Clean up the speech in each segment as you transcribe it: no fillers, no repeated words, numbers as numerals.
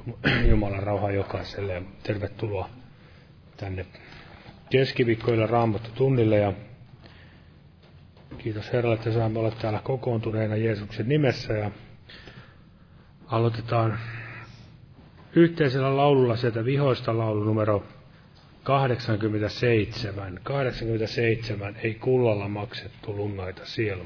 Jumalan rauhaa jokaiselle ja tervetuloa tänne keskiviikkoille Raamattu-tunnille. Ja kiitos Herralle, että saamme olla täällä kokoontuneena Jeesuksen nimessä. Ja aloitetaan yhteisellä laululla sieltä vihoista laulu numero 87. 87, ei kullalla maksettu lunnaita sielun.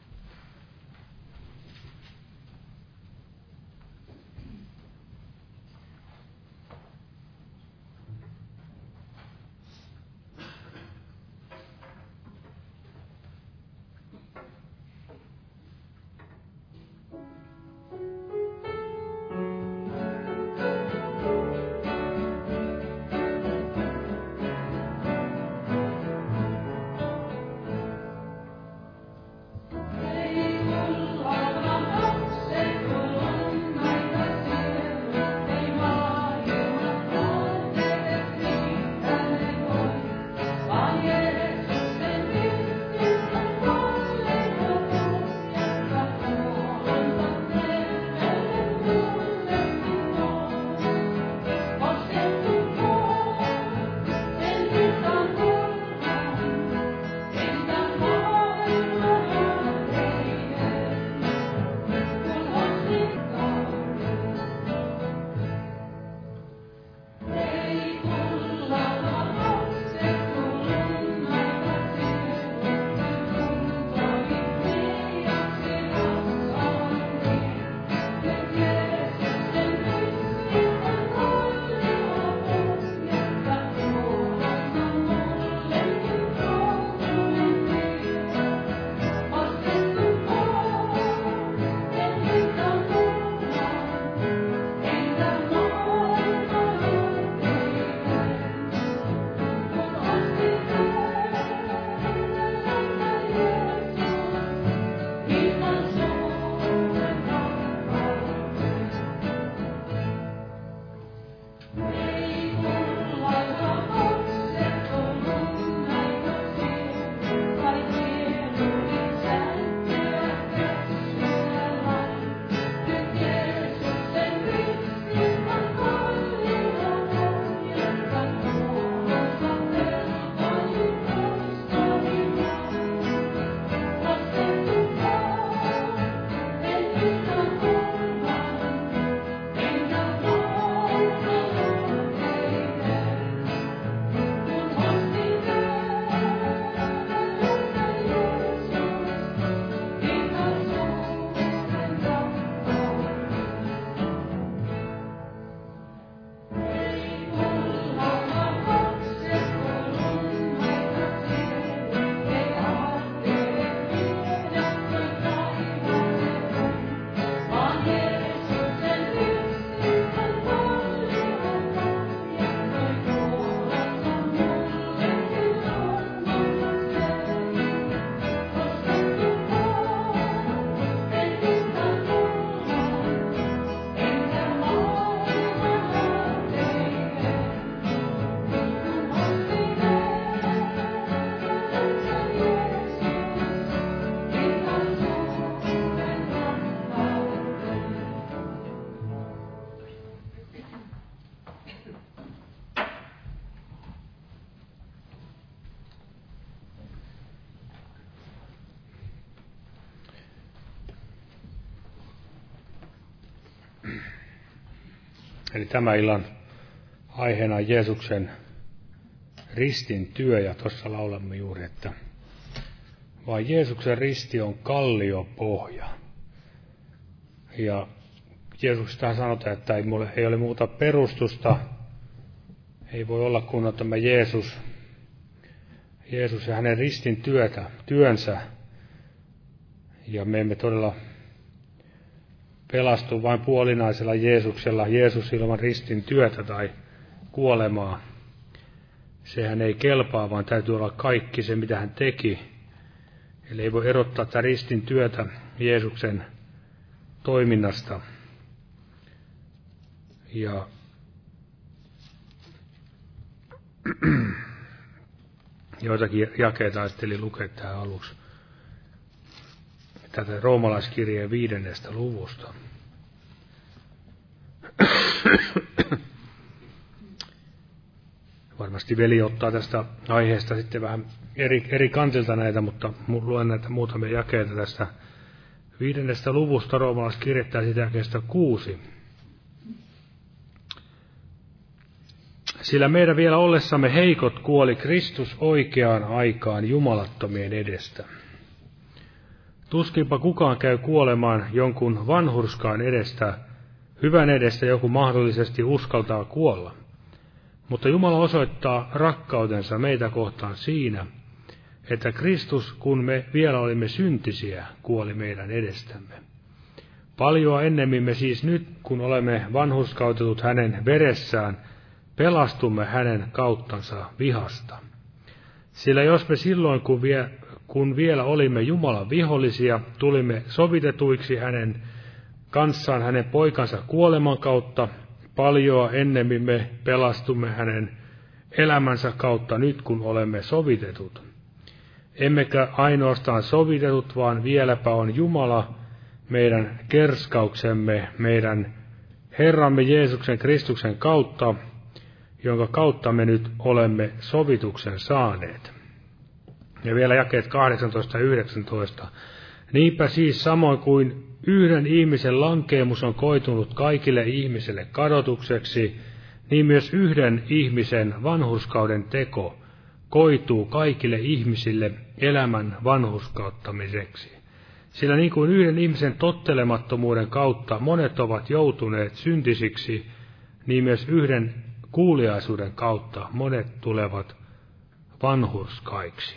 Eli tämän illan aiheena on Jeesuksen ristin työ, ja tuossa laulamme juuri, että vaan Jeesuksen risti on kalliopohja. Ja Jeesuksesta sanotaan, että ei ole muuta perustusta, ei voi olla kuin tämä Jeesus ja hänen ristin työnsä. Ja me emme todella pelastu vain puolinaisella Jeesuksella, Jeesus ilman ristin työtä tai kuolemaa. Sehän ei kelpaa, vaan täytyy olla kaikki se, mitä hän teki. Eli ei voi erottaa tätä ristin työtä Jeesuksen toiminnasta. Ja joitakin jakeita ajattelin lukea tähän aluksi. Tätä roomalaiskirjeen 5. luvusta. Varmasti veli ottaa tästä aiheesta sitten vähän eri kantilta näitä, mutta luen näitä muutamia jakeita tästä 5. luvusta roomalaiskirjettä sitä jakeesta 6. Sillä meidän vielä ollessamme heikot kuoli Kristus oikeaan aikaan jumalattomien edestä. Tuskinpa kukaan käy kuolemaan jonkun vanhurskaan edestä, hyvän edestä joku mahdollisesti uskaltaa kuolla. Mutta Jumala osoittaa rakkautensa meitä kohtaan siinä, että Kristus, kun me vielä olimme syntisiä, kuoli meidän edestämme. Paljoa ennemmin me siis nyt, kun olemme vanhurskautetut hänen veressään, pelastumme hänen kauttansa vihasta. Sillä jos me silloin, kun vielä olimme Jumalan vihollisia, tulimme sovitetuiksi hänen kanssaan hänen poikansa kuoleman kautta, paljoa ennemmin me pelastumme hänen elämänsä kautta nyt, kun olemme sovitetut. Emmekä ainoastaan sovitetut, vaan vieläpä on Jumala meidän kerskauksemme, meidän Herramme Jeesuksen Kristuksen kautta, jonka kautta me nyt olemme sovituksen saaneet. Ja vielä jakeet 18 ja 19. Niinpä siis samoin kuin yhden ihmisen lankeemus on koitunut kaikille ihmisille kadotukseksi, niin myös yhden ihmisen vanhurskauden teko koituu kaikille ihmisille elämän vanhurskauttamiseksi. Sillä niin kuin yhden ihmisen tottelemattomuuden kautta monet ovat joutuneet syntisiksi, niin myös yhden kuuliaisuuden kautta monet tulevat vanhurskaiksi.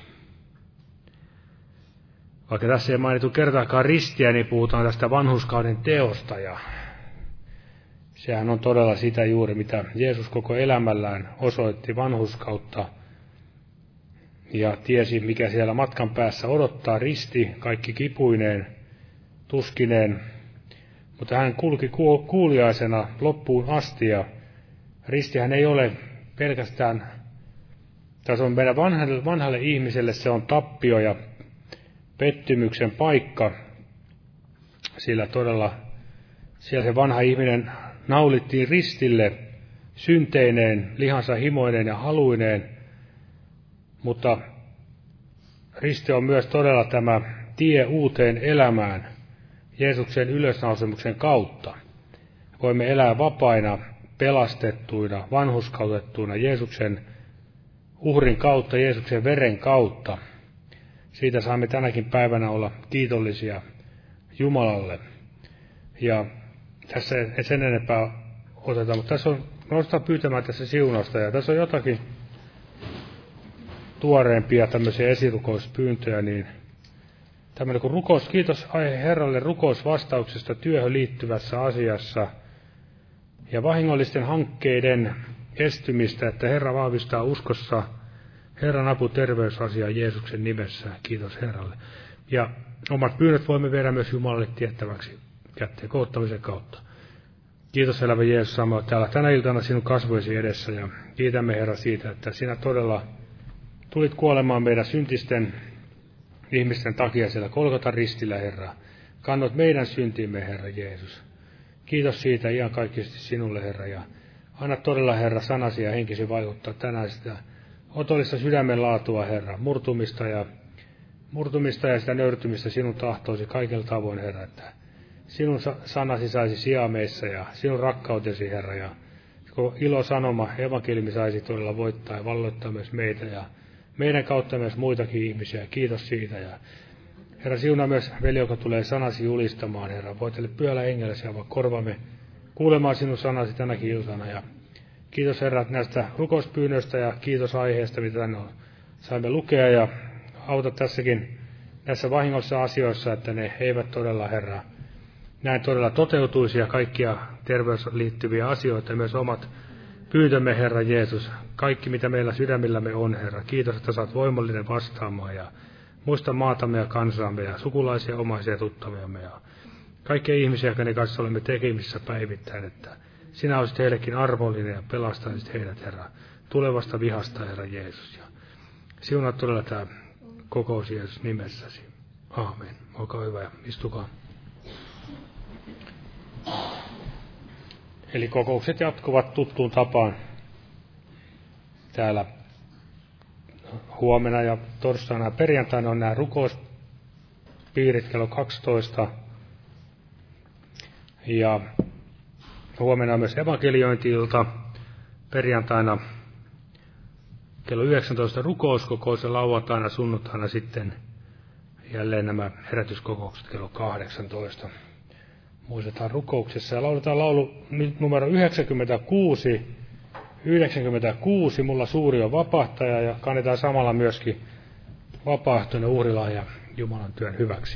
Vaikka tässä ei mainittu kertaakaan ristiä, niin puhutaan tästä vanhurskauden teosta, ja sehän on todella sitä juuri, mitä Jeesus koko elämällään osoitti vanhurskautta, ja tiesi, mikä siellä matkan päässä odottaa, risti, kaikki kipuineen, tuskineen, mutta hän kulki kuuliaisena loppuun asti, ja ristihän ei ole pelkästään, tässä on meidän vanhalle ihmiselle, se on tappio ja pettymyksen paikka, sillä todella siellä se vanha ihminen naulittiin ristille synteineen, lihansa himoineen ja haluineen, mutta risti on myös todella tämä tie uuteen elämään Jeesuksen ylösnousemuksen kautta. Voimme elää vapaina, pelastettuina, vanhurskautettuina Jeesuksen uhrin kautta, Jeesuksen veren kautta. Siitä saamme tänäkin päivänä olla kiitollisia Jumalalle. Ja tässä ei sen enempää oteta, mutta tässä on nostaa pyytämään tässä siunausta, ja tässä on jotakin tuoreempia tämmöisiä esirukouspyyntöjä, niin tämmöinen kuin rukous, kiitos Herralle rukousvastauksesta työhön liittyvässä asiassa ja vahingollisten hankkeiden estymistä, että Herra vahvistaa uskossa Herran apu terveysasia Jeesuksen nimessä. Kiitos Herralle. Ja omat pyynnöt voimme viedä myös Jumalalle tiettäväksi kätteen koottamisen kautta. Kiitos elävä Jeesus, saamme täällä tänä iltana sinun kasvoisi edessä, ja kiitämme Herra siitä, että sinä todella tulit kuolemaan meidän syntisten ihmisten takia siellä Golgatan ristillä, Herra. Kannot meidän syntimme, Herra Jeesus. Kiitos siitä ihan kaikisesti sinulle, Herra, ja anna todella, Herra, sanasi ja henkisi vaikuttaa tänään sitä otollista sydämen laatua, Herra, murtumista ja sitä nöyrtymistä sinun tahtoosi kaikella tavoin, Herra, että sinun sanasi saisi sijaa meissä ja sinun rakkautesi, Herra, ja ilo sanoma, evankeliumi saisi todella voittaa ja valloittaa myös meitä ja meidän kautta myös muitakin ihmisiä. Kiitos siitä. Ja Herra, siunaa myös veli, joka tulee sanasi julistamaan, Herra. Voitelle pyhällä hengellä avaa korvamme kuulemaan sinun sanasi tänäkin iltana. Ja kiitos, Herra, näistä rukouspyynnöistä ja kiitos aiheesta, mitä tänne saimme lukea. Ja auta tässäkin näissä vahingollisissa asioissa, että ne eivät todella, Herra, näin todella toteutuisi ja kaikkia terveyteen liittyviä asioita ja myös omat pyyntömme, Herra Jeesus, kaikki mitä meillä sydämillämme on, Herra. Kiitos, että saat voimallinen vastaamaan ja muista maatamme ja kansaamme ja sukulaisia, omaisia ja tuttaviamme ja kaikkia ihmisiä, joiden kanssa olemme tekemisissä päivittäin, että sinä olisit heillekin arvollinen ja pelastaisit heidät, Herra, tulevasta vihasta, Herra Jeesus. Ja siunaa todella tämä kokous Jeesus nimessäsi. Aamen. Olkaa hyvä ja istukaa. Eli kokoukset jatkuvat tuttuun tapaan täällä huomenna ja torstaina ja perjantaina on nämä rukouspiirit kello 12. Ja huomenna on myös evankeliointi-ilta, perjantaina kello 19 rukouskokous ja lauantaina sunnuntaina sitten jälleen nämä herätyskokoukset kello 18. Muistetaan rukouksessa ja lauletaan laulu numero 96, mulla suuri on vapahtaja, ja kannetaan samalla myöskin vapaaehtoinen uhrilahja Jumalan työn hyväksi.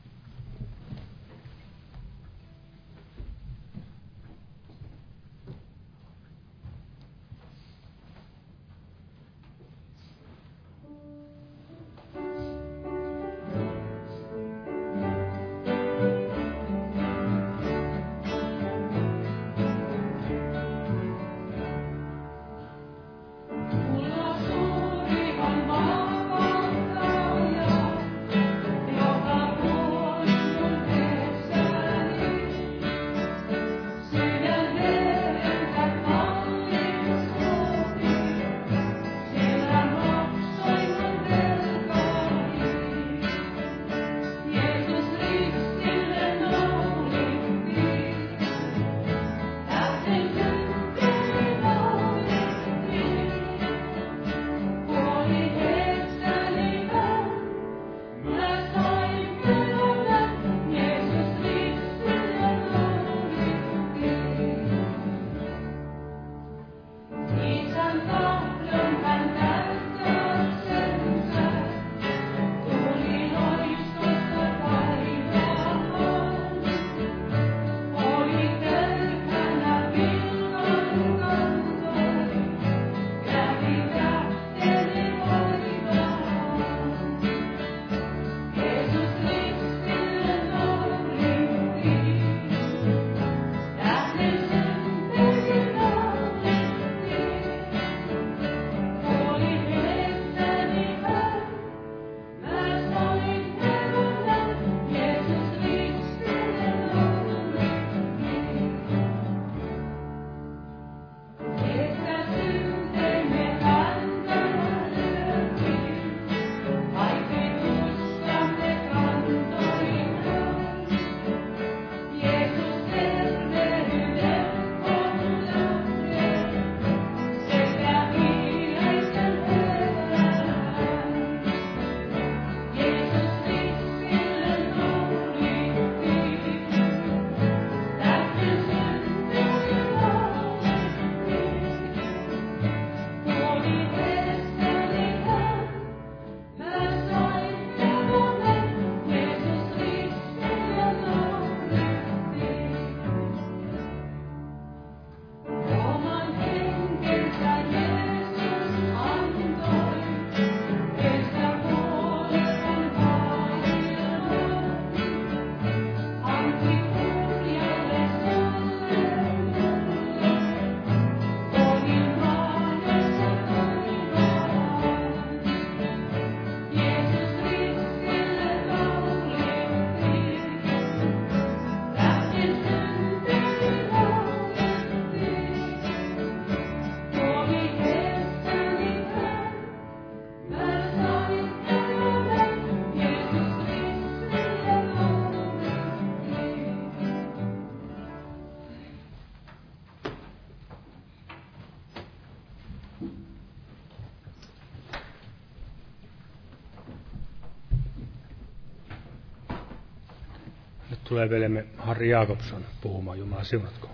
Tulee veljemme Harri Jakobson puhumaan. Jumala siunatkoon.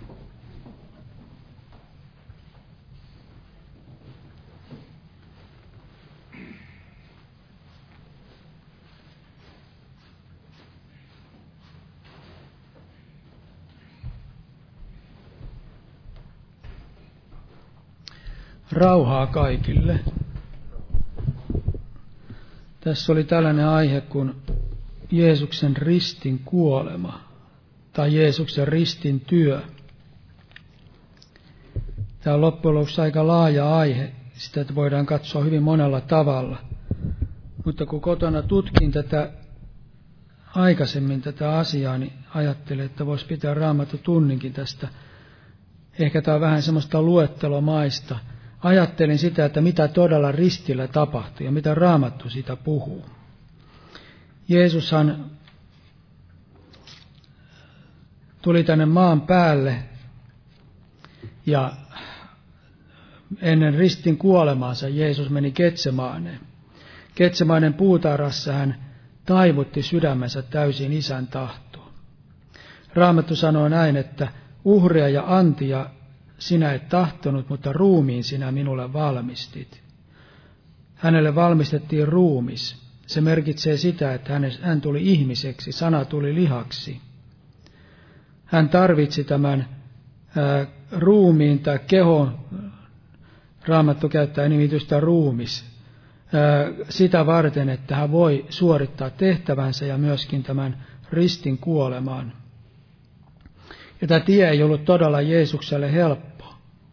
Rauhaa kaikille. Tässä oli tällainen aihe kuin Jeesuksen ristin kuolema tai Jeesuksen ristin työ. Tämä on loppujen lopuksi aika laaja aihe, sitä voidaan katsoa hyvin monella tavalla. Mutta kun kotona tutkin aikaisemmin tätä asiaa, niin ajattelin, että voisi pitää Raamatun tunninkin tästä Ehkä tämä on vähän semmoista luettelomaista. Ajattelin sitä, että mitä todella ristillä tapahtui ja mitä Raamattu siitä puhuu. Jeesushan tuli tänne maan päälle ja ennen ristin kuolemaansa Jeesus meni Getsemaaneen. Getsemaanen puutarhassa hän taivutti sydämensä täysin Isän tahtoon. Raamattu sanoo näin, että uhria ja antia sinä et tahtonut, mutta ruumiin sinä minulle valmistit. Hänelle valmistettiin ruumis. Se merkitsee sitä, että hän tuli ihmiseksi, sana tuli lihaksi. Hän tarvitsi tämän ruumiin tai kehon, Raamattu käyttää nimitystä ruumis, sitä varten, että hän voi suorittaa tehtävänsä ja myöskin tämän ristin kuolemaan. Ja tämä tie ei ollut todella Jeesukselle helppo.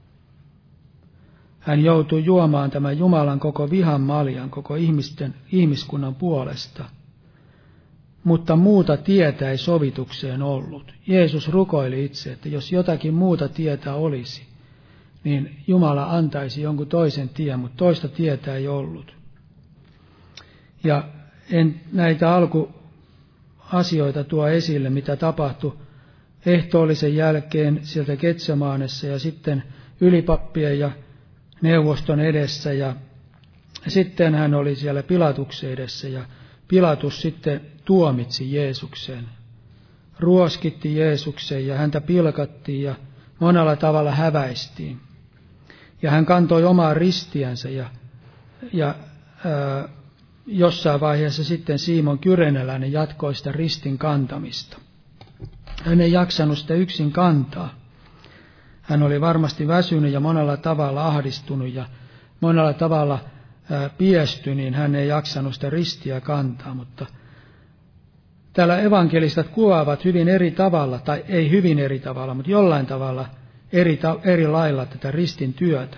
Hän joutui juomaan tämän Jumalan koko vihan maljan, koko ihmiskunnan puolesta. Mutta muuta tietä ei sovitukseen ollut. Jeesus rukoili itse, että jos jotakin muuta tietä olisi, niin Jumala antaisi jonkun toisen tien, mutta toista tietä ei ollut. Ja en näitä alkuasioita tuo esille, mitä tapahtui ehtoollisen jälkeen sieltä Getsemaanessa ja sitten ylipappien ja neuvoston edessä ja sitten hän oli siellä Pilatuksen edessä ja Pilatus sitten tuomitsi Jeesuksen, ruoskitti Jeesuksen ja häntä pilkattiin ja monella tavalla häväistiin. Ja hän kantoi omaa ristiänsä ja jossain vaiheessa sitten Simon Kyreneläinen jatkoi sitä ristin kantamista. Hän ei jaksanut sitä yksin kantaa. Hän oli varmasti väsynyt ja monella tavalla ahdistunut ja monella tavalla piesty, niin hän ei jaksanut sitä ristiä kantaa. Mutta täällä evankelistat kuvaavat hyvin eri tavalla, tai ei hyvin eri tavalla, mutta jollain tavalla eri lailla tätä ristin työtä.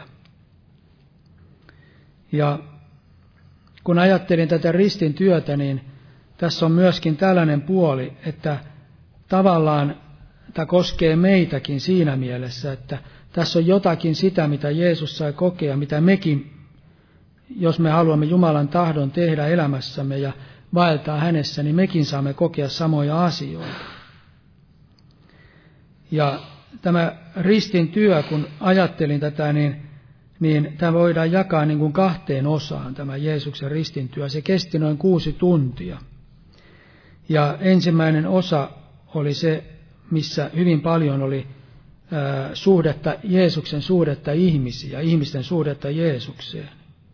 Ja kun ajattelin tätä ristin työtä, niin tässä on myöskin tällainen puoli, että tavallaan tämä koskee meitäkin siinä mielessä, että tässä on jotakin sitä, mitä Jeesus sai kokea, mitä mekin, jos me haluamme Jumalan tahdon tehdä elämässämme ja vaeltaa hänessä, niin mekin saamme kokea samoja asioita. Ja tämä ristin työ, kun ajattelin tätä, niin tämä voidaan jakaa niin kuin 2 osaan, tämä Jeesuksen ristin työ. Se kesti noin 6 tuntia. Ja ensimmäinen osa oli se, missä hyvin paljon oli Jeesuksen suhdetta ihmisiä ja ihmisten suhdetta Jeesukseen.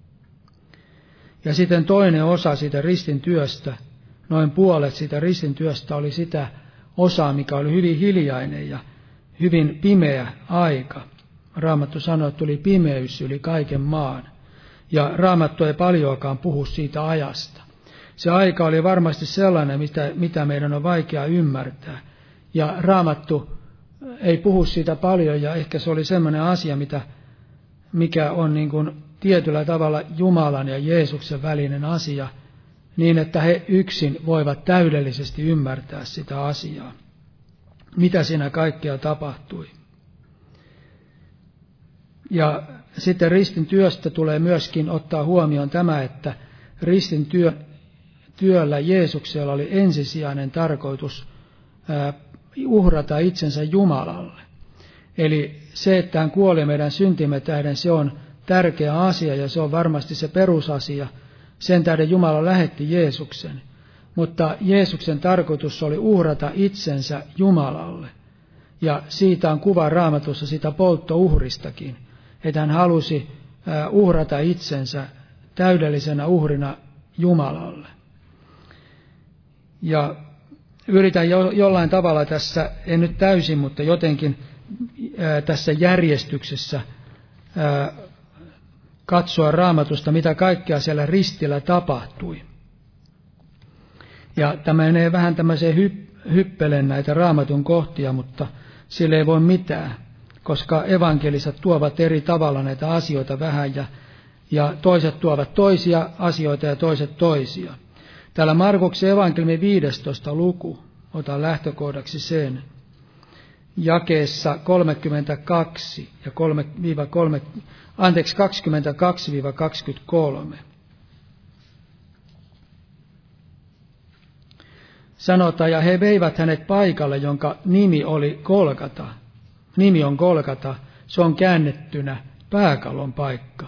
Ja sitten toinen osa siitä ristin työstä, noin puolet siitä ristin työstä oli sitä osaa, mikä oli hyvin hiljainen ja hyvin pimeä aika. Raamattu sanoi, että tuli pimeys yli kaiken maan. Ja Raamattu ei paljoakaan puhu siitä ajasta. Se aika oli varmasti sellainen, mitä meidän on vaikea ymmärtää. Ja Raamattu ei puhu siitä paljon, ja ehkä se oli sellainen asia, mikä on niin kuin tietyllä tavalla Jumalan ja Jeesuksen välinen asia, niin että he yksin voivat täydellisesti ymmärtää sitä asiaa. Mitä siinä kaikkea tapahtui. Ja sitten ristin työstä tulee myöskin ottaa huomioon tämä, että ristin työllä Jeesuksella oli ensisijainen tarkoitus uhrata itsensä Jumalalle. Eli se, että hän kuoli meidän syntimme tähden, se on tärkeä asia ja se on varmasti se perusasia. Sen tähden Jumala lähetti Jeesuksen. Mutta Jeesuksen tarkoitus oli uhrata itsensä Jumalalle. Ja siitä on kuva Raamatussa sitä polttouhristakin, että hän halusi uhrata itsensä täydellisenä uhrina Jumalalle. Ja yritän jollain tavalla tässä, en nyt täysin, mutta jotenkin tässä järjestyksessä katsoa Raamatusta, mitä kaikkea siellä ristillä tapahtui. Ja tämä menee vähän tämmöiseen hyppelen näitä Raamatun kohtia, mutta sille ei voi mitään, koska evankelisat tuovat eri tavalla näitä asioita vähän ja toiset tuovat toisia asioita ja toiset toisia. Täällä Markuksen evankeliumin 15. luku, otan lähtökohdaksi sen. jakeessa 32 ja 22-23. Sanotaan, ja he veivät hänet paikalle, jonka nimi oli Golgata. Nimi on Golgata, se on käännettynä pääkallon paikka.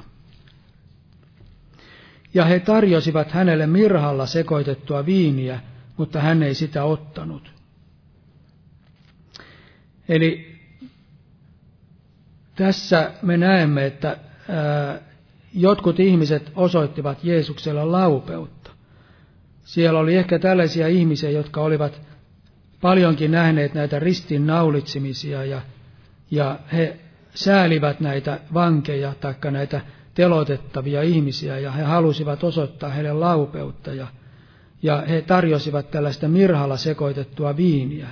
Ja he tarjosivat hänelle mirhalla sekoitettua viiniä, mutta hän ei sitä ottanut. Eli tässä me näemme, että jotkut ihmiset osoittivat Jeesukselle laupeutta. Siellä oli ehkä tällaisia ihmisiä, jotka olivat paljonkin nähneet näitä ristin naulitsemisia ja he säälivät näitä vankeja tai näitä telotettavia ihmisiä ja he halusivat osoittaa heille laupeutta ja he tarjosivat tällaista mirhalla sekoitettua viiniä.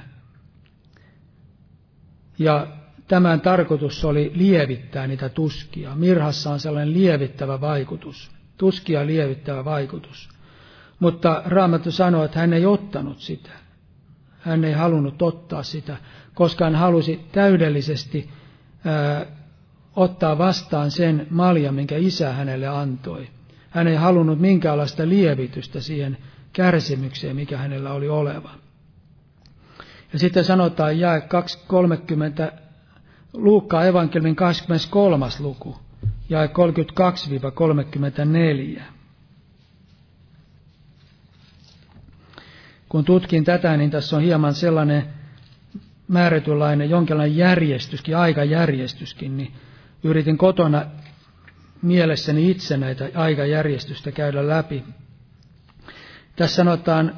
Ja tämän tarkoitus oli lievittää niitä tuskia. Mirhassa on sellainen lievittävä vaikutus, tuskia lievittävä vaikutus. Mutta Raamattu sanoo, että hän ei ottanut sitä. Hän ei halunnut ottaa sitä, koska hän halusi täydellisesti ottaa vastaan sen maljan, minkä Isä hänelle antoi. Hän ei halunnut minkäänlaista lievitystä siihen kärsimykseen, mikä hänellä oli oleva. Ja sitten sanotaan jae 30, Luukkaan evankeliumin 23. luku, jae 32-34. Kun tutkin tätä, niin tässä on hieman sellainen määrätynlainen jonkinlainen järjestyskin, aikajärjestyskin, niin yritin kotona mielessäni itse näitä aikajärjestystä käydä läpi. Tässä sanotaan,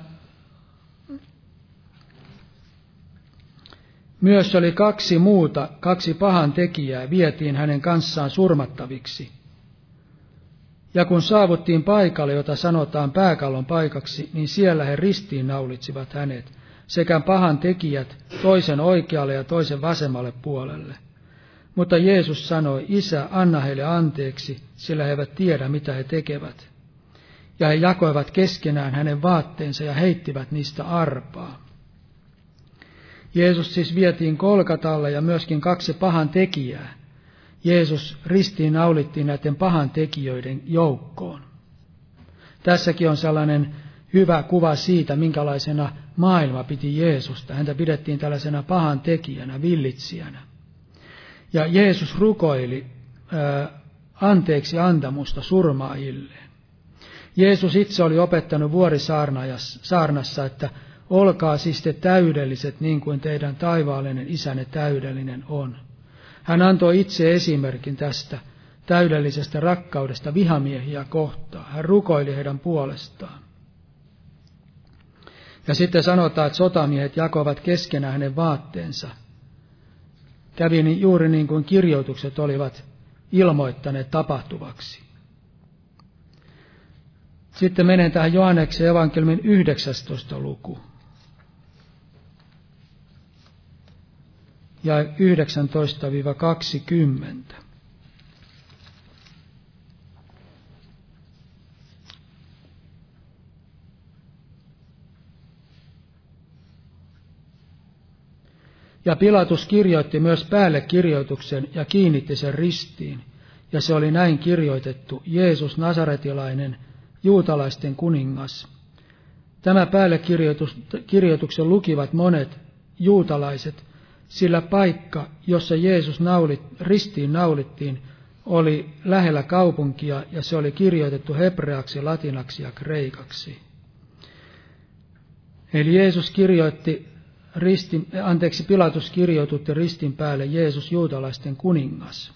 myös oli kaksi pahan tekijää vietiin hänen kanssaan surmattaviksi. Ja kun saavuttiin paikalle, jota sanotaan pääkallon paikaksi, niin siellä he ristiin naulitsivat hänet, sekä pahan tekijät toisen oikealle ja toisen vasemmalle puolelle. Mutta Jeesus sanoi, Isä, anna heille anteeksi, sillä he eivät tiedä, mitä he tekevät. Ja he jakoivat keskenään hänen vaatteensa ja heittivät niistä arpaa. Jeesus siis vietiin Golgatalle ja myöskin kaksi pahan tekijää. Jeesus ristiin naulittiin näiden pahan tekijöiden joukkoon. Tässäkin on sellainen hyvä kuva siitä, minkälaisena maailma piti Jeesusta. Häntä pidettiin tällaisena pahan tekijänä, villitsijänä. Ja Jeesus rukoili anteeksi antamusta surmaajilleen. Jeesus itse oli opettanut vuorisaarnassa, että olkaa siis te täydelliset niin kuin teidän taivaallinen Isänne täydellinen on. Hän antoi itse esimerkin tästä täydellisestä rakkaudesta vihamiehiä kohtaan. Hän rukoili heidän puolestaan. Ja sitten sanotaan, että sotamiehet jakoivat keskenään hänen vaatteensa. Kävi juuri niin kuin kirjoitukset olivat ilmoittaneet tapahtuvaksi. Sitten menen tähän Johanneksen evankeliumin 19. luku. Ja 19-20. Ja Pilatus kirjoitti myös päälle kirjoituksen ja kiinnitti sen ristiin, ja se oli näin kirjoitettu, Jeesus Nasaretilainen, juutalaisten kuningas. Tämä päälle kirjoituksen lukivat monet juutalaiset, sillä paikka, jossa Jeesus ristiin naulittiin, oli lähellä kaupunkia, ja se oli kirjoitettu hebreaksi, latinaksi ja kreikaksi. Eli Pilatus kirjoitutti ristin päälle Jeesus juutalaisten kuningas.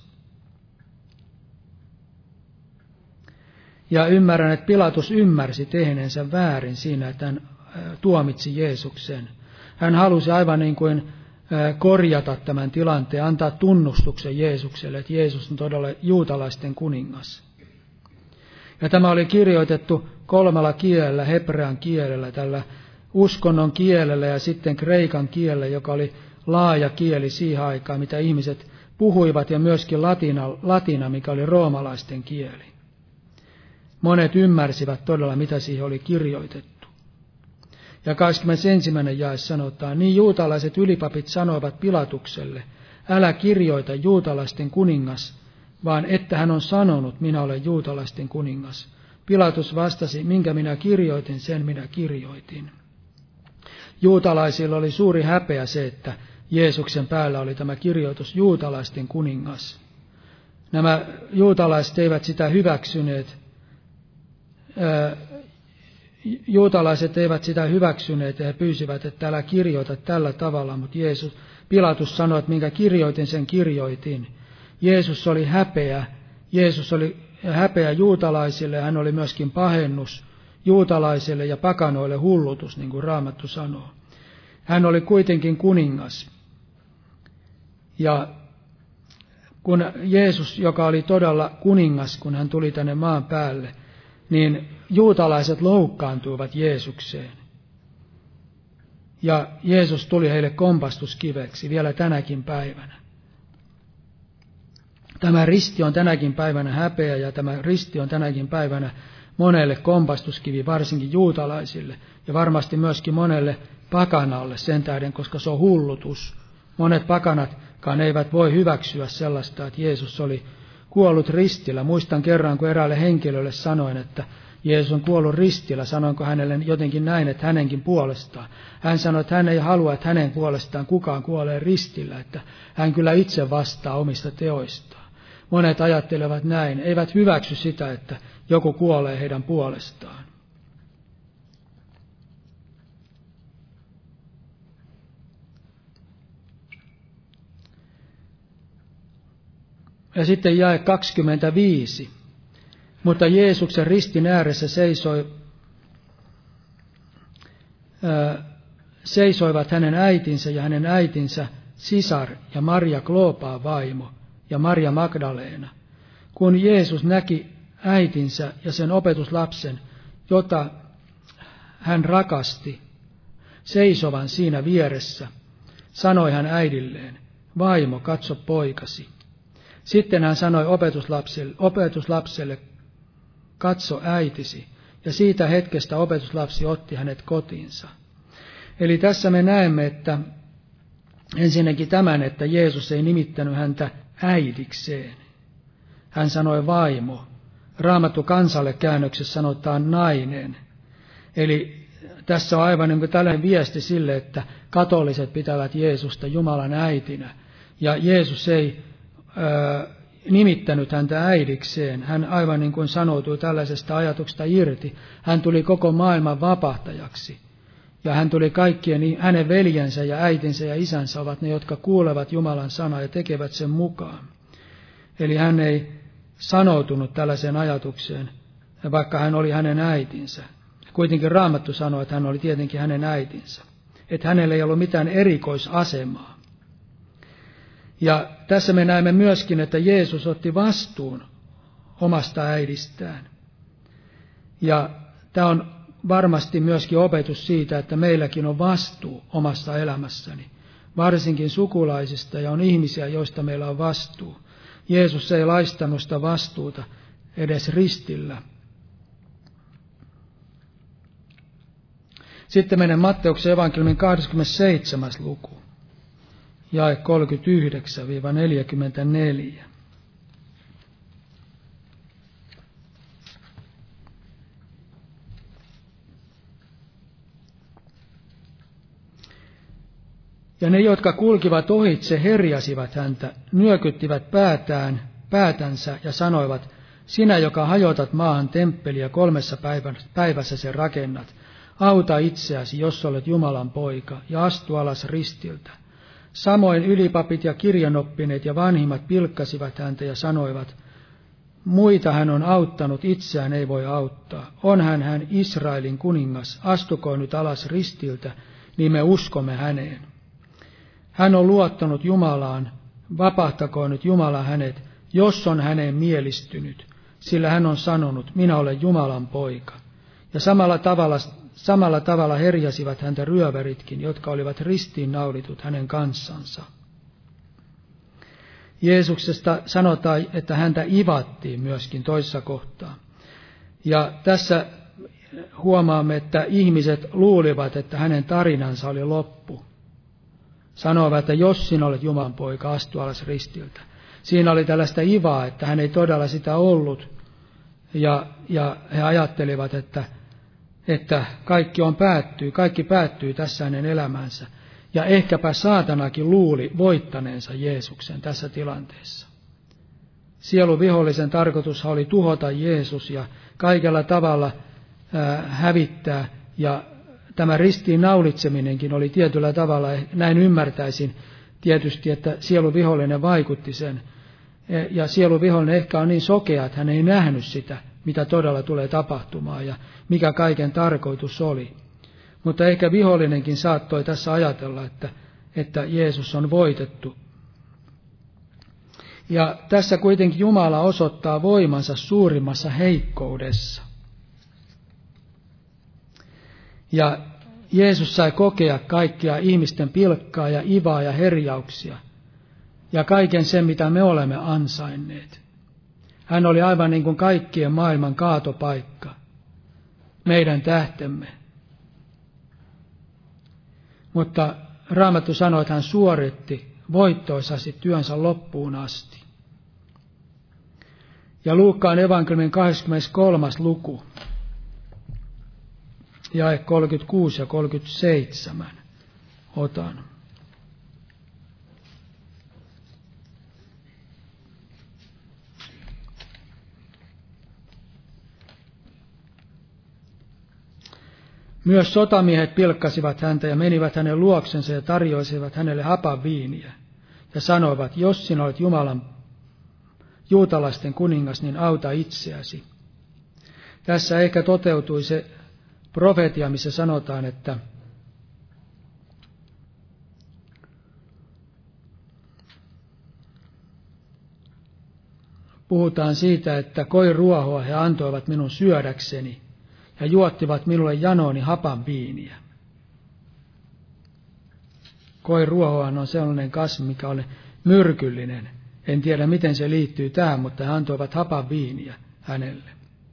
Ja ymmärrän, että Pilatus ymmärsi tehneensä väärin siinä, että hän tuomitsi Jeesuksen. Hän halusi aivan niin kuin korjata tämän tilanteen, antaa tunnustuksen Jeesukselle, että Jeesus on todella juutalaisten kuningas. Ja tämä oli kirjoitettu 3 kielellä, hebrean kielellä, tällä uskonnon kielellä ja sitten kreikan kielellä, joka oli laaja kieli siihen aikaan, mitä ihmiset puhuivat, ja myöskin latina, mikä oli roomalaisten kieli. Monet ymmärsivät todella, mitä siihen oli kirjoitettu. Ja 21. jae sanotaan, niin juutalaiset ylipapit sanoivat Pilatukselle, älä kirjoita juutalaisten kuningas, vaan että hän on sanonut, minä olen juutalaisten kuningas. Pilatus vastasi, minkä minä kirjoitin, sen minä kirjoitin. Juutalaisilla oli suuri häpeä se, että Jeesuksen päällä oli tämä kirjoitus juutalaisten kuningas. Nämä juutalaiset eivät sitä hyväksyneet. Juutalaiset eivät sitä hyväksyneet ja he pyysivät, että älä kirjoita tällä tavalla, mutta Pilatus sanoi, että minkä kirjoitin, sen kirjoitin. Jeesus oli häpeä juutalaisille, hän oli myöskin pahennus juutalaisille ja pakanoille hullutus, niin kuin Raamattu sanoo. Hän oli kuitenkin kuningas. Ja kun Jeesus, joka oli todella kuningas, kun hän tuli tänne maan päälle, niin juutalaiset loukkaantuivat Jeesukseen. Ja Jeesus tuli heille kompastuskiveksi vielä tänäkin päivänä. Tämä risti on tänäkin päivänä häpeä ja tämä risti on tänäkin päivänä monelle kompastuskivi, varsinkin juutalaisille ja varmasti myöskin monelle pakanalle sen tähden, koska se on hullutus. Monet pakanatkaan eivät voi hyväksyä sellaista, että Jeesus oli kuollut ristillä. Muistan kerran, kun eräälle henkilölle sanoin, että Jeesus on kuollut ristillä. Sanoinko hänelle jotenkin näin, että hänenkin puolestaan. Hän sanoi, että hän ei halua, että hänen puolestaan kukaan kuolee ristillä, että hän kyllä itse vastaa omista teoistaan. Monet ajattelevat näin, eivät hyväksy sitä, että joku kuolee heidän puolestaan. Ja sitten jae 25. Mutta Jeesuksen ristin ääressä seisoivat hänen äitinsä ja hänen äitinsä sisar ja Maria Kloopaan vaimo ja Maria Magdaleena. Kun Jeesus näki äitinsä ja sen opetuslapsen, jota hän rakasti, seisovan siinä vieressä, sanoi hän äidilleen, vaimo, katso poikasi. Sitten hän sanoi opetuslapselle, katso äitisi, ja siitä hetkestä opetuslapsi otti hänet kotiinsa. Eli tässä me näemme, että ensinnäkin tämän, että Jeesus ei nimittänyt häntä äidikseen. Hän sanoi vaimo. Raamattu kansalle käännöksessä sanotaan nainen. Eli tässä on aivan niin kuin tällainen viesti sille, että katoliset pitävät Jeesusta Jumalan äitinä. Ja Jeesus ei nimittänyt häntä äidikseen. Hän aivan niin kuin sanoutui tällaisesta ajatuksesta irti. Hän tuli koko maailman vapahtajaksi. Ja hän tuli kaikkien, hänen veljensä ja äitinsä ja isänsä ovat ne, jotka kuulevat Jumalan sanaa ja tekevät sen mukaan. Eli hän ei sanoutunut tällaiseen ajatukseen, vaikka hän oli hänen äitinsä. Kuitenkin Raamattu sanoi, että hän oli tietenkin hänen äitinsä. Että hänellä ei ollut mitään erikoisasemaa. Ja tässä me näemme myöskin, että Jeesus otti vastuun omasta äidistään. Ja tämä on varmasti myöskin opetus siitä, että meilläkin on vastuu omassa elämässäni. Varsinkin sukulaisista ja on ihmisiä, joista meillä on vastuu. Jeesus ei laistanut sitä vastuuta edes ristillä. Sitten menen Matteuksen evankeliumin 27. luku, jae 39-44. Ja ne, jotka kulkivat ohitse, herjasivat häntä, nyökyttivät päätänsä ja sanoivat, sinä, joka hajotat maahan temppeliä 3 päivässä sen rakennat, auta itseäsi, jos olet Jumalan poika, ja astu alas ristiltä. Samoin ylipapit ja kirjanoppineet ja vanhimmat pilkkasivat häntä ja sanoivat, muita hän on auttanut, itseään ei voi auttaa. Onhan hän Israelin kuningas, astukoon nyt alas ristiltä, niin me uskomme häneen. Hän on luottanut Jumalaan, vapahtakoon nyt Jumala hänet, jos on häneen mielistynyt, sillä hän on sanonut, minä olen Jumalan poika. Ja samalla tavalla herjasivat häntä ryöväritkin, jotka olivat ristiinnaulitut hänen kanssansa. Jeesuksesta sanotaan, että häntä ivattiin myöskin toisessa kohtaa. Ja tässä huomaamme, että ihmiset luulivat, että hänen tarinansa oli loppu. Sanoivat, että jos sinä olet Jumalan poika, astu alas ristiltä. Siinä oli tällaista ivaa, että hän ei todella sitä ollut. Ja he ajattelivat, että kaikki päättyy tässä hänen elämänsä. Ja ehkäpä saatanakin luuli voittaneensa Jeesuksen tässä tilanteessa. Sieluvihollisen tarkoitus oli tuhota Jeesus ja kaikella tavalla hävittää. Ja tämä ristiin naulitseminenkin oli tietyllä tavalla, näin ymmärtäisin tietysti, että sieluvihollinen vaikutti sen. Ja sieluvihollinen ehkä on niin sokea, että hän ei nähnyt sitä, mitä todella tulee tapahtumaan ja mikä kaiken tarkoitus oli. Mutta ehkä vihollinenkin saattoi tässä ajatella, että Jeesus on voitettu. Ja tässä kuitenkin Jumala osoittaa voimansa suurimmassa heikkoudessa. Ja Jeesus sai kokea kaikkia ihmisten pilkkaa ja ivaa ja herjauksia ja kaiken sen, mitä me olemme ansainneet. Hän oli aivan niin kuin kaikkien maailman kaatopaikka, meidän tähtemme. Mutta Raamattu sanoo, että hän suoritti voittoisasti työnsä loppuun asti. Ja Luukkaan evankeliumin 23. luku, jae 36 ja 37 otan. Myös sotamiehet pilkkasivat häntä ja menivät hänen luoksensa ja tarjoisivat hänelle hapanviiniä. Ja sanoivat, jos sinä olet juutalaisten kuningas, niin auta itseäsi. Tässä ehkä toteutui se profeetia, missä sanotaan, että puhutaan siitä, että koiruohoa he antoivat minun syödäkseni ja juottivat minulle janooni hapanviiniä. Koiruohohan on sellainen kasvi, mikä on myrkyllinen. En tiedä, miten se liittyy tähän, mutta he antoivat hapanviiniä hänelle.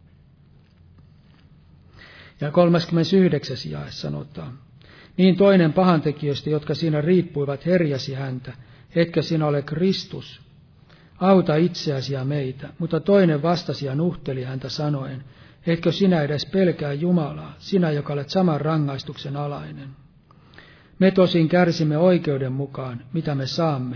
Ja 39. jae sanotaan. Niin toinen pahantekijöistä, jotka siinä riippuivat, herjasi häntä, etkö sinä ole Kristus? Auta itseäsi ja meitä. Mutta toinen vastasi ja nuhteli häntä sanoen, etkö sinä edes pelkää Jumalaa, sinä, joka olet saman rangaistuksen alainen? Me tosin kärsimme oikeuden mukaan, mitä me saamme,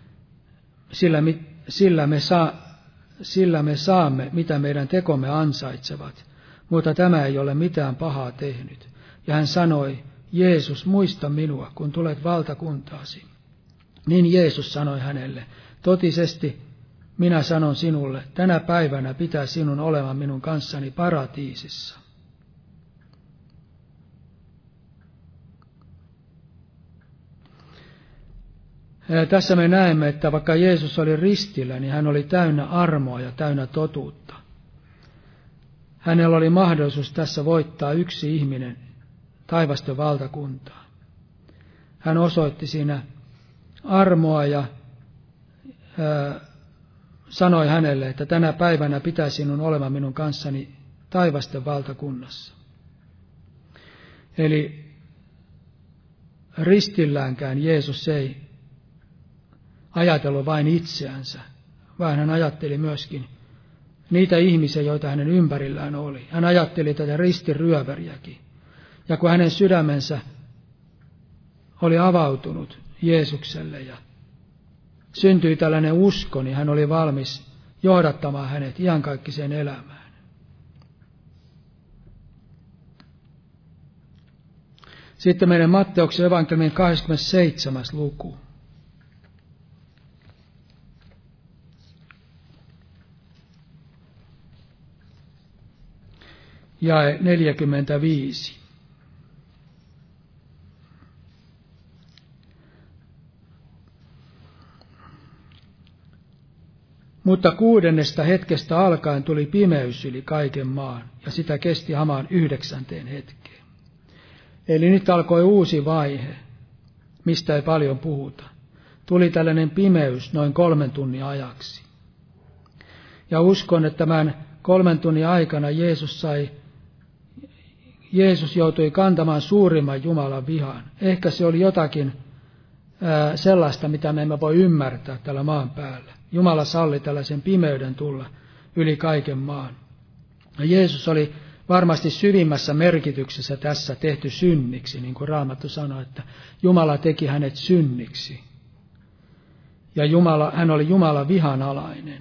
sillä me saamme, mitä meidän tekomme ansaitsevat, mutta tämä ei ole mitään pahaa tehnyt. Ja hän sanoi, Jeesus, muista minua, kun tulet valtakuntaasi. Niin Jeesus sanoi hänelle, totisesti minä sanon sinulle, tänä päivänä pitää sinun olevan minun kanssani paratiisissa. Ja tässä me näemme, että vaikka Jeesus oli ristillä, niin hän oli täynnä armoa ja täynnä totuutta. Hänellä oli mahdollisuus tässä voittaa yksi ihminen taivasten valtakuntaa. Hän osoitti siinä armoa ja sanoi hänelle, että tänä päivänä pitää sinun olevan minun kanssani taivasten valtakunnassa. Eli ristilläänkään Jeesus ei ajatellut vain itseänsä, vaan hän ajatteli myöskin niitä ihmisiä, joita hänen ympärillään oli. Hän ajatteli tätä ristiryöväriäkin. Ja kun hänen sydämensä oli avautunut Jeesukselle ja syntyi tällainen usko, niin hän oli valmis johdattamaan hänet iankaikkiseen elämään. Sitten meidän Matteuksen evankeliumin 27. luku. Jae 45. Mutta 6. hetkestä alkaen tuli pimeys yli kaiken maan, ja sitä kesti hamaan 9. hetkeen. Eli nyt alkoi uusi vaihe, mistä ei paljon puhuta. Tuli tällainen pimeys noin 3 tunnin ajaksi. Ja uskon, että tämän 3 tunnin aikana Jeesus sai Jeesus joutui kantamaan suurimman Jumalan vihan. Ehkä se oli jotakin sellaista, mitä me emme voi ymmärtää tällä maan päällä. Jumala salli tällaisen pimeyden tulla yli kaiken maan. Ja Jeesus oli varmasti syvimmässä merkityksessä tässä tehty synniksi, niin kuin Raamattu sanoi, että Jumala teki hänet synniksi. Ja hän oli Jumalan vihanalainen.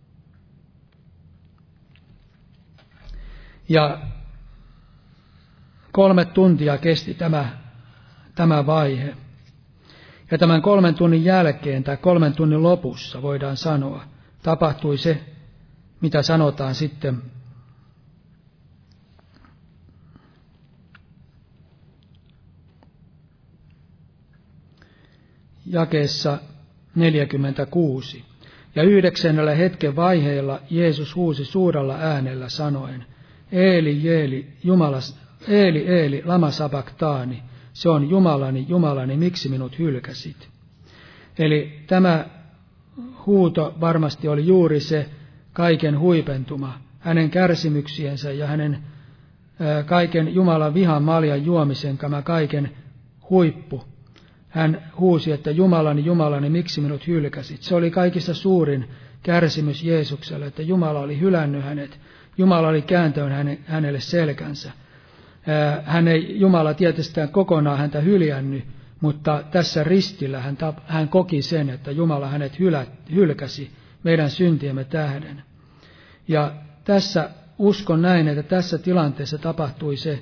Ja 3 tuntia kesti tämä vaihe. Ja tämän 3 tunnin jälkeen tai 3 tunnin lopussa voidaan sanoa, tapahtui se, mitä sanotaan sitten jakeessa 46. Ja 9. hetken vaiheella Jeesus huusi suurella äänellä sanoen, Eeli, Eeli, lama sabachthani, se on Jumalani, Jumalani, miksi minut hylkäsit? Eli tämä huuto varmasti oli juuri se kaiken huipentuma, hänen kärsimyksiensä ja hänen kaiken Jumalan vihan maljan juomisen tämä kaiken huippu. Hän huusi, että Jumalani, Jumalani, miksi minut hylkäsit? Se oli kaikista suurin kärsimys Jeesukselle, että Jumala oli hylännyt hänet. Jumala oli kääntänyt hänelle selkänsä. Jumala tietysti kokonaan häntä hyljännyt, mutta tässä ristillä hän koki sen, että Jumala hänet hylkäsi meidän syntiemme tähden. Ja tässä uskon näin, että tässä tilanteessa tapahtui se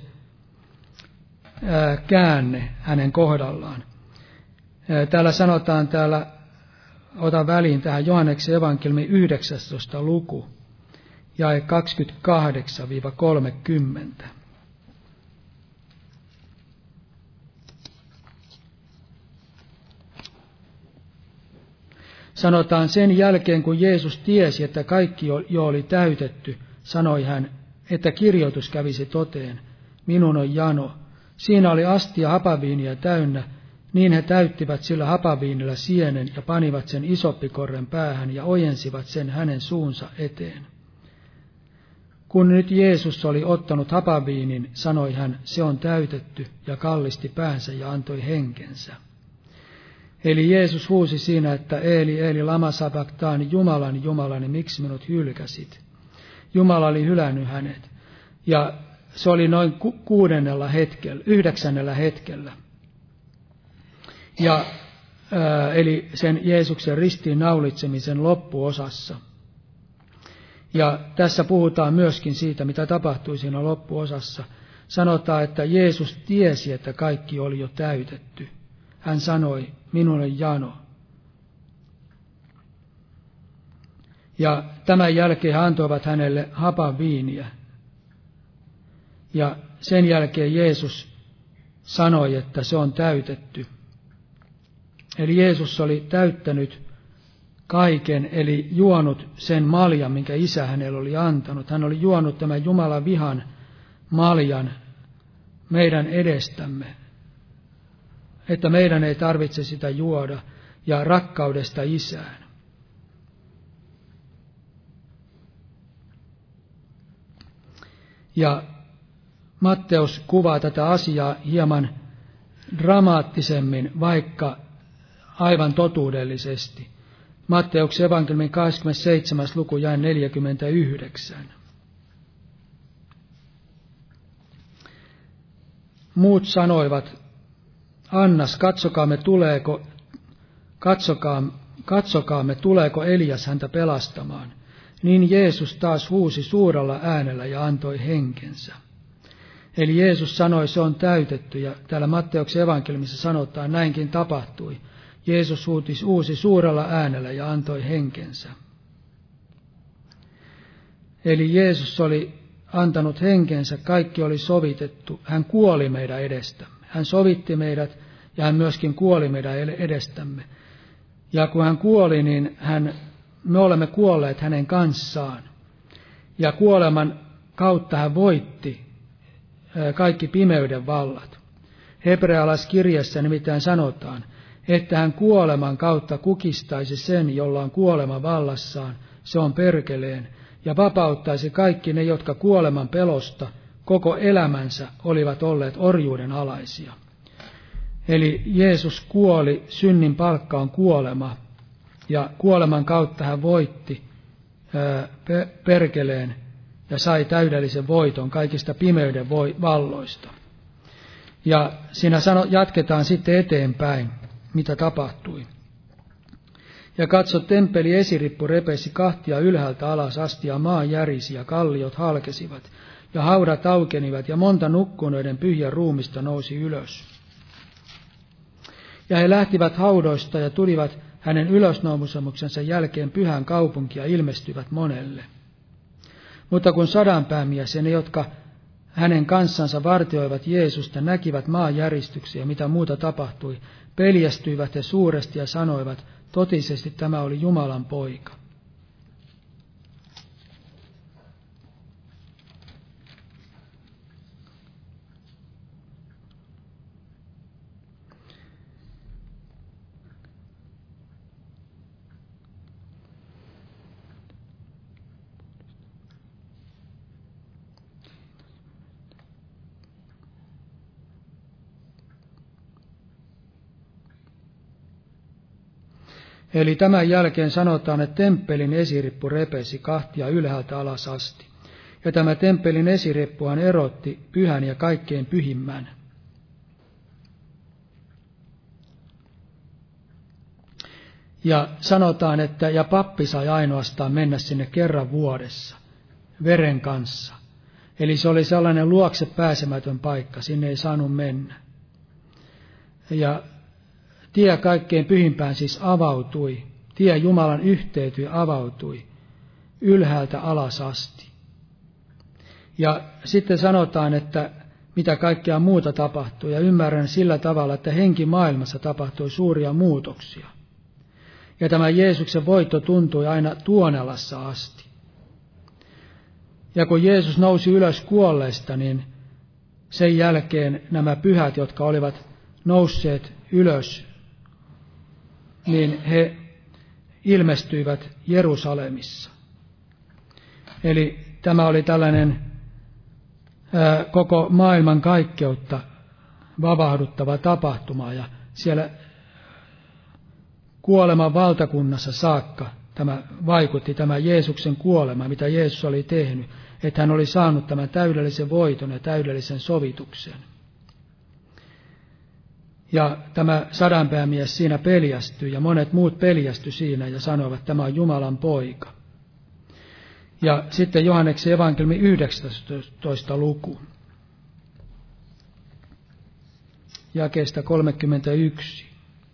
käänne hänen kohdallaan. Täällä sanotaan, otan väliin tähän Johanneksen evankeliumin 19. luku, jae 28-30. Sanotaan sen jälkeen, kun Jeesus tiesi, että kaikki jo oli täytetty, sanoi hän, että kirjoitus kävisi toteen. Minun on jano. Siinä oli astia hapaviiniä täynnä, niin he täyttivät sillä hapaviinillä sienen ja panivat sen isoppikorren päähän ja ojensivat sen hänen suunsa eteen. Kun nyt Jeesus oli ottanut hapaviinin, sanoi hän, se on täytetty, ja kallisti päänsä ja antoi henkensä. Eli Jeesus huusi siinä, että Eeli, Eeli, lama sabachthani, Jumalani, Jumalani, miksi minut hylkäsit? Jumala oli hylännyt hänet. Ja se oli noin 9. hetkellä. Ja, eli sen Jeesuksen ristiin naulitsemisen loppuosassa. Ja tässä puhutaan myöskin siitä, mitä tapahtui siinä loppuosassa. Sanotaan, että Jeesus tiesi, että kaikki oli jo täytetty. Hän sanoi, minun on jano. Ja tämän jälkeen he antoivat hänelle hapaviiniä. Ja sen jälkeen Jeesus sanoi, että se on täytetty. Eli Jeesus oli täyttänyt kaiken, eli juonut sen maljan, minkä Isä hänelle oli antanut. Hän oli juonut tämän Jumalan vihan maljan meidän edestämme, että meidän ei tarvitse sitä juoda, ja rakkaudesta Isään. Ja Matteus kuvaa tätä asiaa hieman dramaattisemmin, vaikka aivan totuudellisesti. Matteuksen evankeliumin 27. luku jae 49. Muut sanoivat, Annas, katsokaamme, tuleeko Elias häntä pelastamaan. Niin Jeesus taas huusi suurella äänellä ja antoi henkensä. Eli Jeesus sanoi, se on täytetty, ja täällä Matteuksen evankeliumissa sanotaan, näinkin tapahtui. Jeesus huusi suurella äänellä ja antoi henkensä. Eli Jeesus oli antanut henkensä, kaikki oli sovitettu. Hän kuoli meidän edestämme. Hän sovitti meidät ja hän myöskin kuoli meidän edestämme. Ja kun hän kuoli, niin me olemme kuolleet hänen kanssaan. Ja kuoleman kautta hän voitti kaikki pimeyden vallat. Hebrealaiskirjassa nimittäin sanotaan, että hän kuoleman kautta kukistaisi sen, jolla on kuolema vallassaan, se on perkeleen, ja vapauttaisi kaikki ne, jotka kuoleman pelosta koko elämänsä olivat olleet orjuuden alaisia. Eli Jeesus kuoli, synnin palkka on kuolema, ja kuoleman kautta hän voitti perkeleen ja sai täydellisen voiton kaikista pimeyden valloista. Ja siinä jatketaan sitten eteenpäin, mitä tapahtui. Ja katso, temppeli esirippu repesi kahtia ylhäältä alas asti, ja maa järisi, ja kalliot halkesivat, ja haudat aukenivat, ja monta nukkuneiden pyhiä ruumista nousi ylös. Ja he lähtivät haudoista ja tulivat hänen ylösnousemuksensa jälkeen pyhän kaupunkia ja ilmestyivät monelle. Mutta kun sadanpäämies ja ne, jotka hänen kanssansa vartioivat Jeesusta, näkivät maanjäristyksiä, mitä muuta tapahtui, peljästyivät he suuresti ja sanoivat, totisesti tämä oli Jumalan poika. Eli tämän jälkeen sanotaan, että temppelin esirippu repesi kahtia ylhäältä alas asti. Ja tämä temppelin esirippuhan erotti pyhän ja kaikkein pyhimmän. Ja sanotaan, että ja pappi sai ainoastaan mennä sinne kerran vuodessa, veren kanssa. Eli se oli sellainen luokse pääsemätön paikka, sinne ei saanut mennä. Ja tie kaikkein pyhimpään siis avautui, tie Jumalan yhteytyi avautui ylhäältä alas asti. Ja sitten sanotaan, että mitä kaikkea muuta tapahtui, ja ymmärrän sillä tavalla, että henkimaailmassa tapahtui suuria muutoksia. Ja tämä Jeesuksen voitto tuntui aina Tuonelassa asti. Ja kun Jeesus nousi ylös kuolleista, niin sen jälkeen nämä pyhät, jotka olivat nousseet ylös, niin he ilmestyivät Jerusalemissa. Eli tämä oli tällainen koko maailman kaikkeutta vavahduttava tapahtuma, ja siellä kuoleman valtakunnassa saakka tämä vaikutti, tämä Jeesuksen kuolema, mitä Jeesus oli tehnyt, että hän oli saanut tämän täydellisen voiton ja täydellisen sovituksen. Ja tämä sadanpäämies siinä peljästyi, ja monet muut peljästyi siinä ja sanoivat, että tämä on Jumalan poika. Ja sitten Johanneksen evankeliumi 19. luku, jakeesta 31.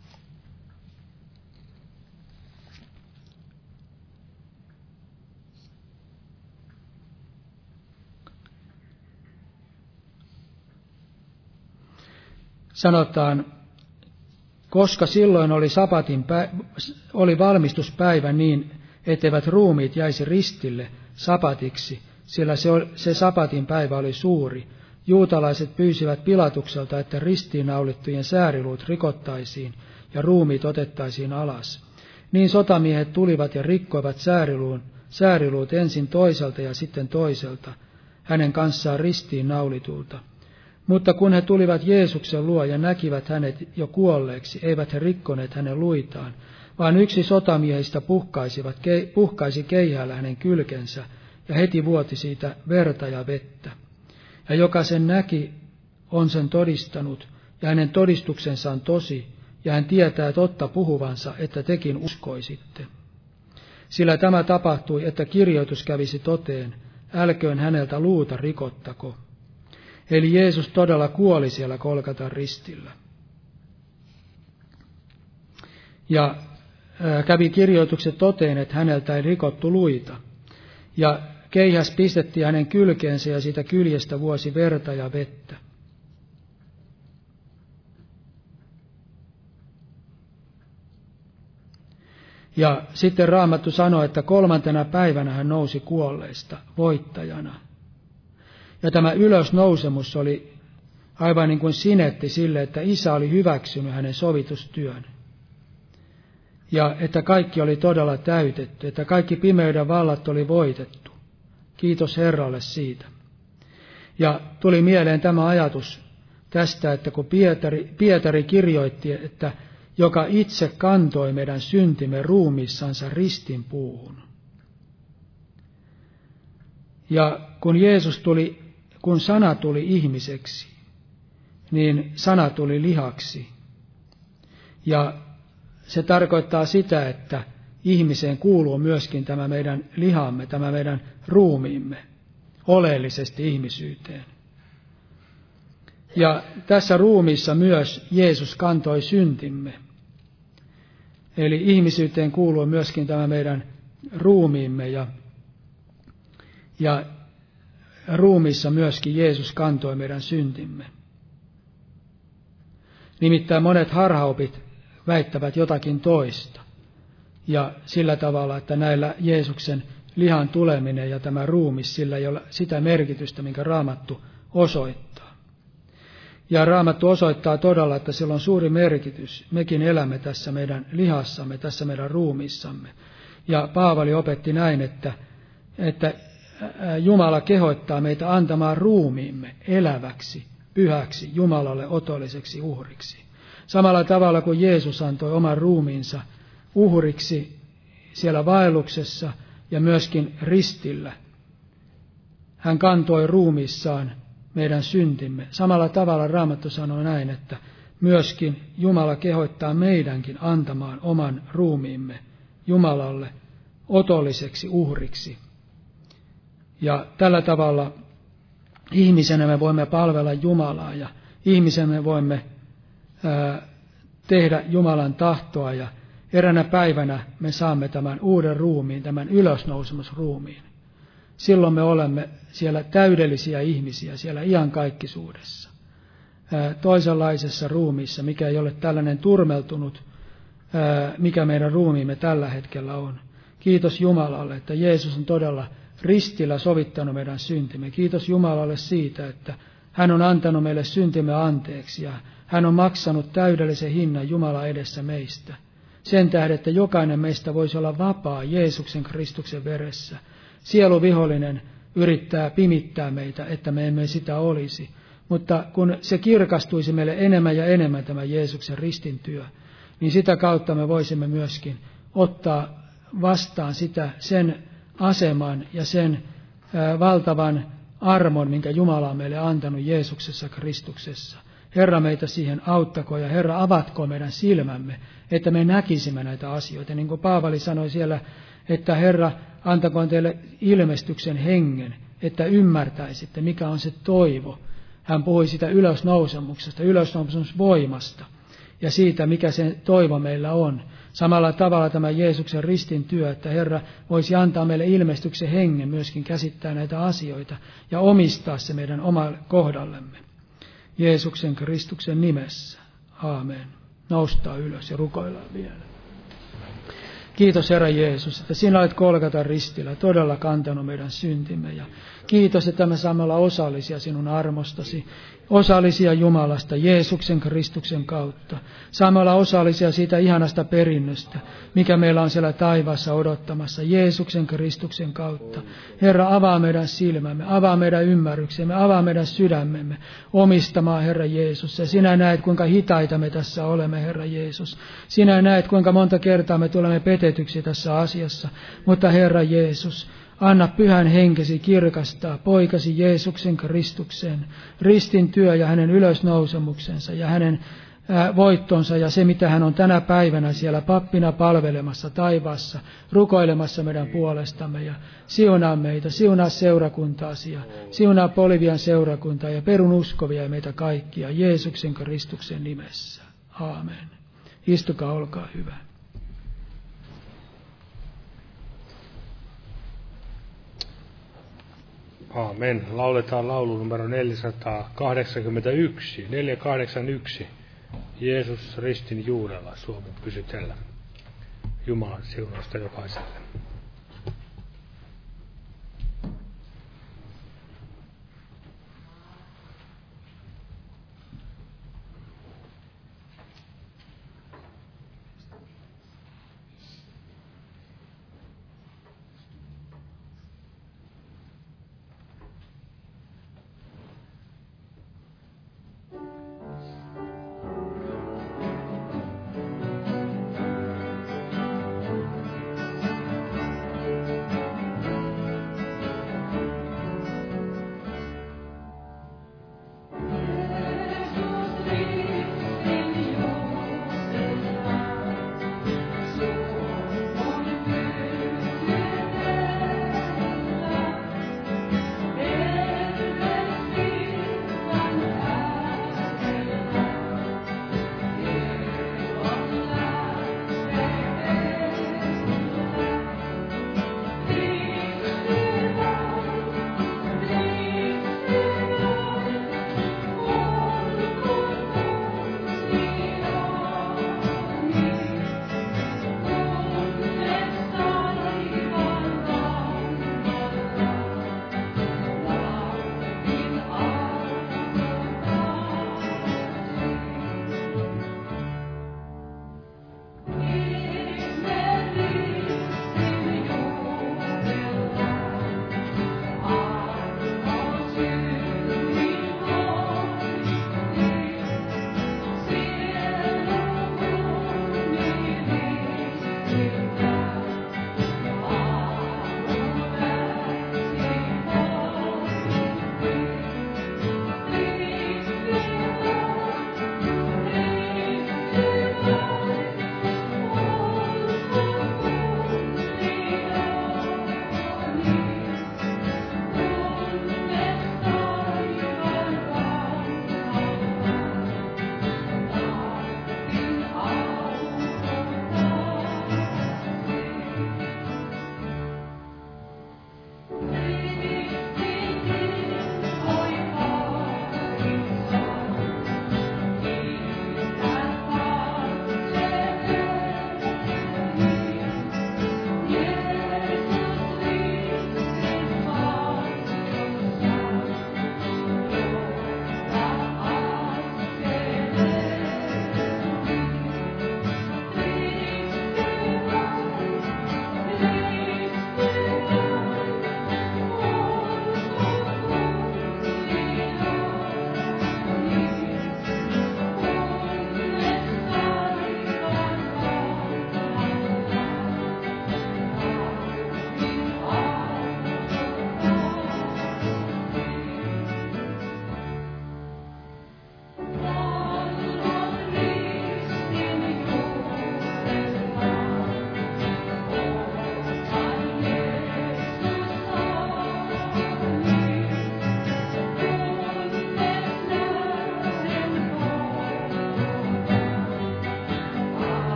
Sanotaan, koska silloin oli valmistuspäivä niin, etteivät ruumiit jäisi ristille sapatiksi, sillä se sapatin päivä oli suuri. Juutalaiset pyysivät Pilatukselta, että ristiinnaulittujen sääriluut rikottaisiin ja ruumiit otettaisiin alas. Niin sotamiehet tulivat ja rikkoivat sääriluut ensin toiselta ja sitten toiselta, hänen kanssaan ristiinnaulitulta. Mutta kun he tulivat Jeesuksen luo ja näkivät hänet jo kuolleeksi, eivät he rikkoneet hänen luitaan, vaan yksi sotamiehistä puhkaisi keihäällä hänen kylkensä, ja heti vuoti siitä verta ja vettä. Ja joka sen näki, on sen todistanut, ja hänen todistuksensa on tosi, ja hän tietää totta puhuvansa, että tekin uskoisitte. Sillä tämä tapahtui, että kirjoitus kävisi toteen, älköön häneltä luuta rikottako. Eli Jeesus todella kuoli siellä Golgatan ristillä. Ja kävi kirjoitukset toteen, että häneltä ei rikottu luita. Ja keihäs pistettiin hänen kylkeensä ja siitä kyljestä vuosi verta ja vettä. Ja sitten Raamattu sanoi, että 3. päivänä hän nousi kuolleista voittajana. Ja tämä ylösnousemus oli aivan niin kuin sinetti sille, että Isä oli hyväksynyt hänen sovitustyön. Ja että kaikki oli todella täytetty, että kaikki pimeyden vallat oli voitettu. Kiitos Herralle siitä. Ja tuli mieleen tämä ajatus tästä, että kun Pietari kirjoitti, että joka itse kantoi meidän syntimme ruumiissansa ristin puuhun. Ja kun sana tuli ihmiseksi, niin sana tuli lihaksi. Ja se tarkoittaa sitä, että ihmiseen kuuluu myöskin tämä meidän lihamme, tämä meidän ruumiimme, oleellisesti ihmisyyteen. Ja tässä ruumiissa myös Jeesus kantoi syntimme. Eli ihmisyyteen kuuluu myöskin tämä meidän ruumiimme ja ruumiissa myöskin Jeesus kantoi meidän syntimme. Nimittäin monet harhaopit väittävät jotakin toista. Ja sillä tavalla, että näillä Jeesuksen lihan tuleminen ja tämä ruumis, sillä ei ole sitä merkitystä, minkä Raamattu osoittaa. Ja Raamattu osoittaa todella, että sillä on suuri merkitys. Mekin elämme tässä meidän lihassamme, tässä meidän ruumiissamme. Ja Paavali opetti näin, että Jumala kehottaa meitä antamaan ruumiimme eläväksi, pyhäksi, Jumalalle otolliseksi uhriksi. Samalla tavalla kuin Jeesus antoi oman ruumiinsa uhriksi siellä vaelluksessa ja myöskin ristillä. Hän kantoi ruumiissaan meidän syntimme. Samalla tavalla Raamattu sanoo näin, että myöskin Jumala kehottaa meidänkin antamaan oman ruumiimme Jumalalle otolliseksi uhriksi. Ja tällä tavalla ihmisenä me voimme palvella Jumalaa ja ihmisenä me voimme tehdä Jumalan tahtoa ja eräänä päivänä me saamme tämän uuden ruumiin, tämän ylösnousemusruumiin. Silloin me olemme siellä täydellisiä ihmisiä, siellä iankaikkisuudessa, toisenlaisessa ruumiissa, mikä ei ole tällainen turmeltunut, mikä meidän ruumiimme tällä hetkellä on. Kiitos Jumalalle, että Jeesus on todella ristillä sovittanut meidän syntimme. Kiitos Jumalalle siitä, että hän on antanut meille syntimme anteeksi ja hän on maksanut täydellisen hinnan Jumala edessä meistä. Sen tähden, että jokainen meistä voisi olla vapaa Jeesuksen Kristuksen veressä. Sieluvihollinen yrittää pimittää meitä, että me emme sitä olisi. Mutta kun se kirkastuisi meille enemmän ja enemmän tämä Jeesuksen ristin työ, niin sitä kautta me voisimme myöskin ottaa vastaan sen aseman ja sen valtavan armon, minkä Jumala on meille antanut Jeesuksessa Kristuksessa. Herra, meitä siihen auttakoon ja Herra, avatkoon meidän silmämme, että me näkisimme näitä asioita. Niin kuin Paavali sanoi siellä, että Herra, antakoon teille ilmestyksen hengen, että ymmärtäisitte, mikä on se toivo. Hän puhui sitä ylösnousemuksesta, ylösnousemusvoimasta ja siitä, mikä se toivo meillä on. Samalla tavalla tämä Jeesuksen ristin työ, että Herra voisi antaa meille ilmestyksen hengen myöskin käsittää näitä asioita ja omistaa se meidän omalle kohdallemme. Jeesuksen Kristuksen nimessä. Aamen. Noustaan ylös ja rukoillaan vielä. Kiitos Herra Jeesus, että sinä olet Golgatan ristillä todella kantanut meidän syntimme. Ja kiitos, että me saamme olla osallisia sinun armostasi, osallisia Jumalasta Jeesuksen Kristuksen kautta. Saamme olla osallisia siitä ihanasta perinnöstä, mikä meillä on siellä taivaassa odottamassa Jeesuksen Kristuksen kautta. Herra, avaa meidän silmämme, avaa meidän ymmärryksemme, avaa meidän sydämemme omistamaan, Herra Jeesus. Ja sinä näet, kuinka hitaita me tässä olemme, Herra Jeesus. Sinä näet, kuinka monta kertaa me tulemme petetyksi tässä asiassa. Mutta Herra Jeesus, anna pyhän henkesi kirkastaa poikasi Jeesuksen Kristuksen ristin työ ja hänen ylösnousemuksensa ja hänen voittonsa ja se, mitä hän on tänä päivänä siellä pappina palvelemassa taivaassa, rukoilemassa meidän puolestamme ja siunaa meitä, siunaa seurakuntaasi ja siunaa Bolivian seurakuntaa ja perun uskovia ja meitä kaikkia Jeesuksen Kristuksen nimessä. Aamen. Istukaa, olkaa hyvä. Aamen. Lauletaan laulu numero 481. 481. Jeesus ristin juurella, Suomen pysytellä. Jumalan siunausta jokaiselle.